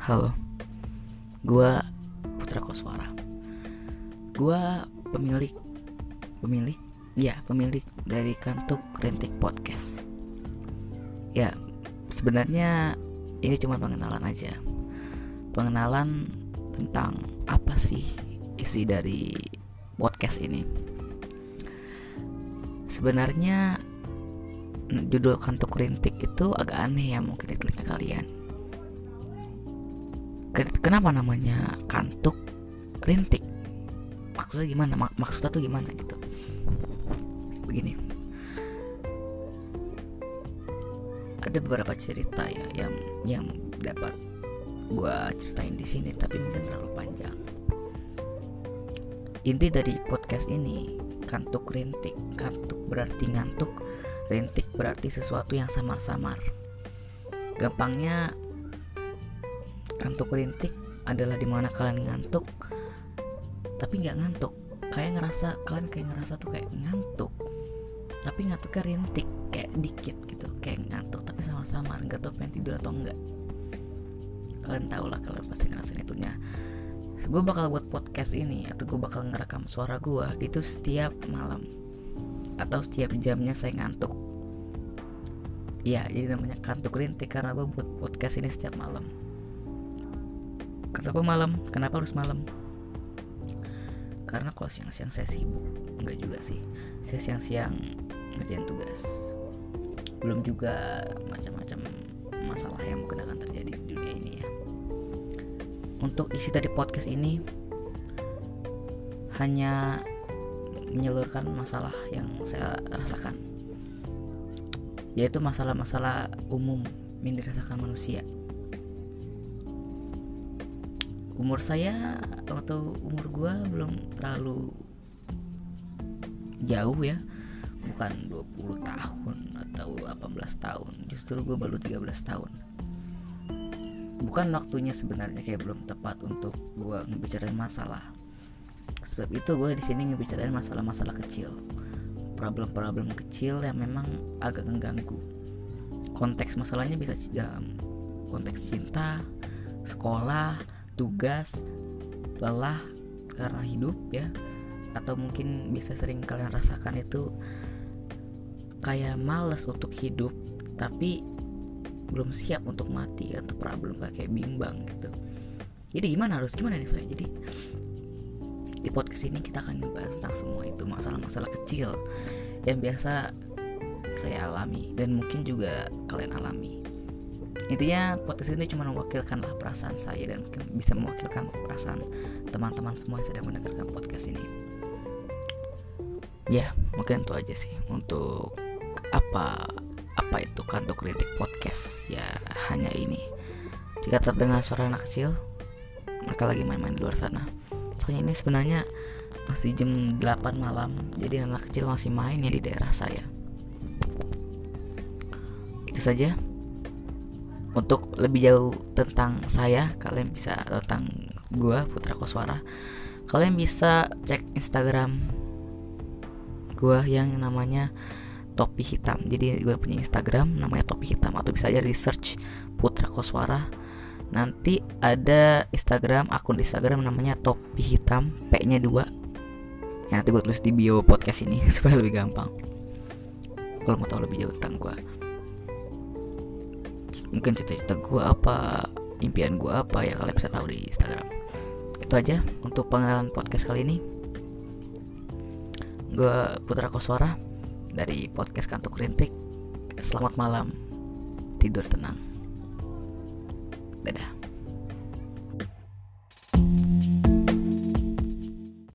Halo, gua Putra Koswara. Gua pemilik dari Kantuk Rintik Podcast. Ya, sebenarnya ini cuma pengenalan aja. Pengenalan tentang apa sih isi dari podcast ini. Sebenarnya judul Kantuk Rintik itu agak aneh ya mungkin di telinga kalian. Kenapa namanya Kantuk Rintik? Maksudnya gimana? Maksudnya tuh gimana gitu? Begini, ada beberapa cerita ya yang dapat gue ceritain di sini, tapi mungkin terlalu panjang. Inti dari podcast ini, Kantuk Rintik. Kantuk berarti ngantuk, rintik berarti sesuatu yang samar-samar. Gampangnya, kantuk rintik adalah dimana kalian ngantuk tapi nggak ngantuk, kalian ngerasa tuh kayak ngantuk tapi ngantuknya rintik, kayak dikit gitu, kayak ngantuk tapi samar-samar, nggak tahu pengen tidur atau enggak. Kalian tau lah, kalian pasti ngerasain itunya. Gue bakal buat podcast ini atau gue bakal ngerekam suara gue itu setiap malam atau setiap jamnya saya ngantuk. Ya, jadi namanya Kantuk Rintik karena gue buat podcast ini setiap malam. Kenapa malam? Kenapa harus malam? Karena kalau siang-siang saya sibuk. Enggak juga sih. Saya siang-siang ngerjain tugas. Belum juga macam-macam masalah yang mungkin akan terjadi di dunia ini ya. Untuk isi dari podcast ini hanya menyalurkan masalah yang saya rasakan, yaitu masalah-masalah umum yang dirasakan manusia. Umur saya atau umur gue belum terlalu jauh ya, bukan 20 tahun atau 18 tahun, justru gue baru 13 tahun. Bukan waktunya sebenarnya, kayak belum tepat untuk gue ngebicarain masalah. Sebab itu gue di sini ngebicarain masalah-masalah kecil, problem-problem kecil yang memang agak mengganggu. Konteks masalahnya bisa dalam konteks cinta, sekolah, tugas, lelah karena hidup ya, atau mungkin bisa sering kalian rasakan itu kayak malas untuk hidup tapi belum siap untuk mati, atau problem kayak bimbang gitu. Jadi gimana nih saya? Jadi di podcast ini kita akan ngebahas tentang semua itu, masalah-masalah kecil yang biasa saya alami dan mungkin juga kalian alami. Intinya podcast ini cuma mewakilkan lah perasaan saya dan mungkin bisa mewakilkan perasaan teman-teman semua yang sedang mendengarkan podcast ini. Ya, mungkin itu aja sih untuk apa itu Kantuk Rintik Podcast. Ya, hanya ini. Jika terdengar suara anak kecil, mereka lagi main-main di luar sana. Soalnya ini sebenarnya masih jam 8 malam, jadi anak kecil masih main ya di daerah saya. Itu saja. Untuk lebih jauh tentang saya, kalian bisa tentang gue Putra Koswara, kalian bisa cek Instagram gue yang namanya Topi Hitam. Jadi gue punya Instagram namanya Topi Hitam, atau bisa aja di search Putra Koswara. Nanti ada akun Instagram namanya Topi Hitam, P-nya 2. Ya, nanti gue tulis di bio podcast ini supaya lebih gampang kalau mau tahu lebih jauh tentang gue. Mungkin cita-cita gue apa, impian gue apa, ya kalian bisa tahu di Instagram. Itu aja untuk pengenalan podcast kali ini. Gue Putra Koswara dari podcast Kantuk Rintik. Selamat malam, tidur tenang. Dadah.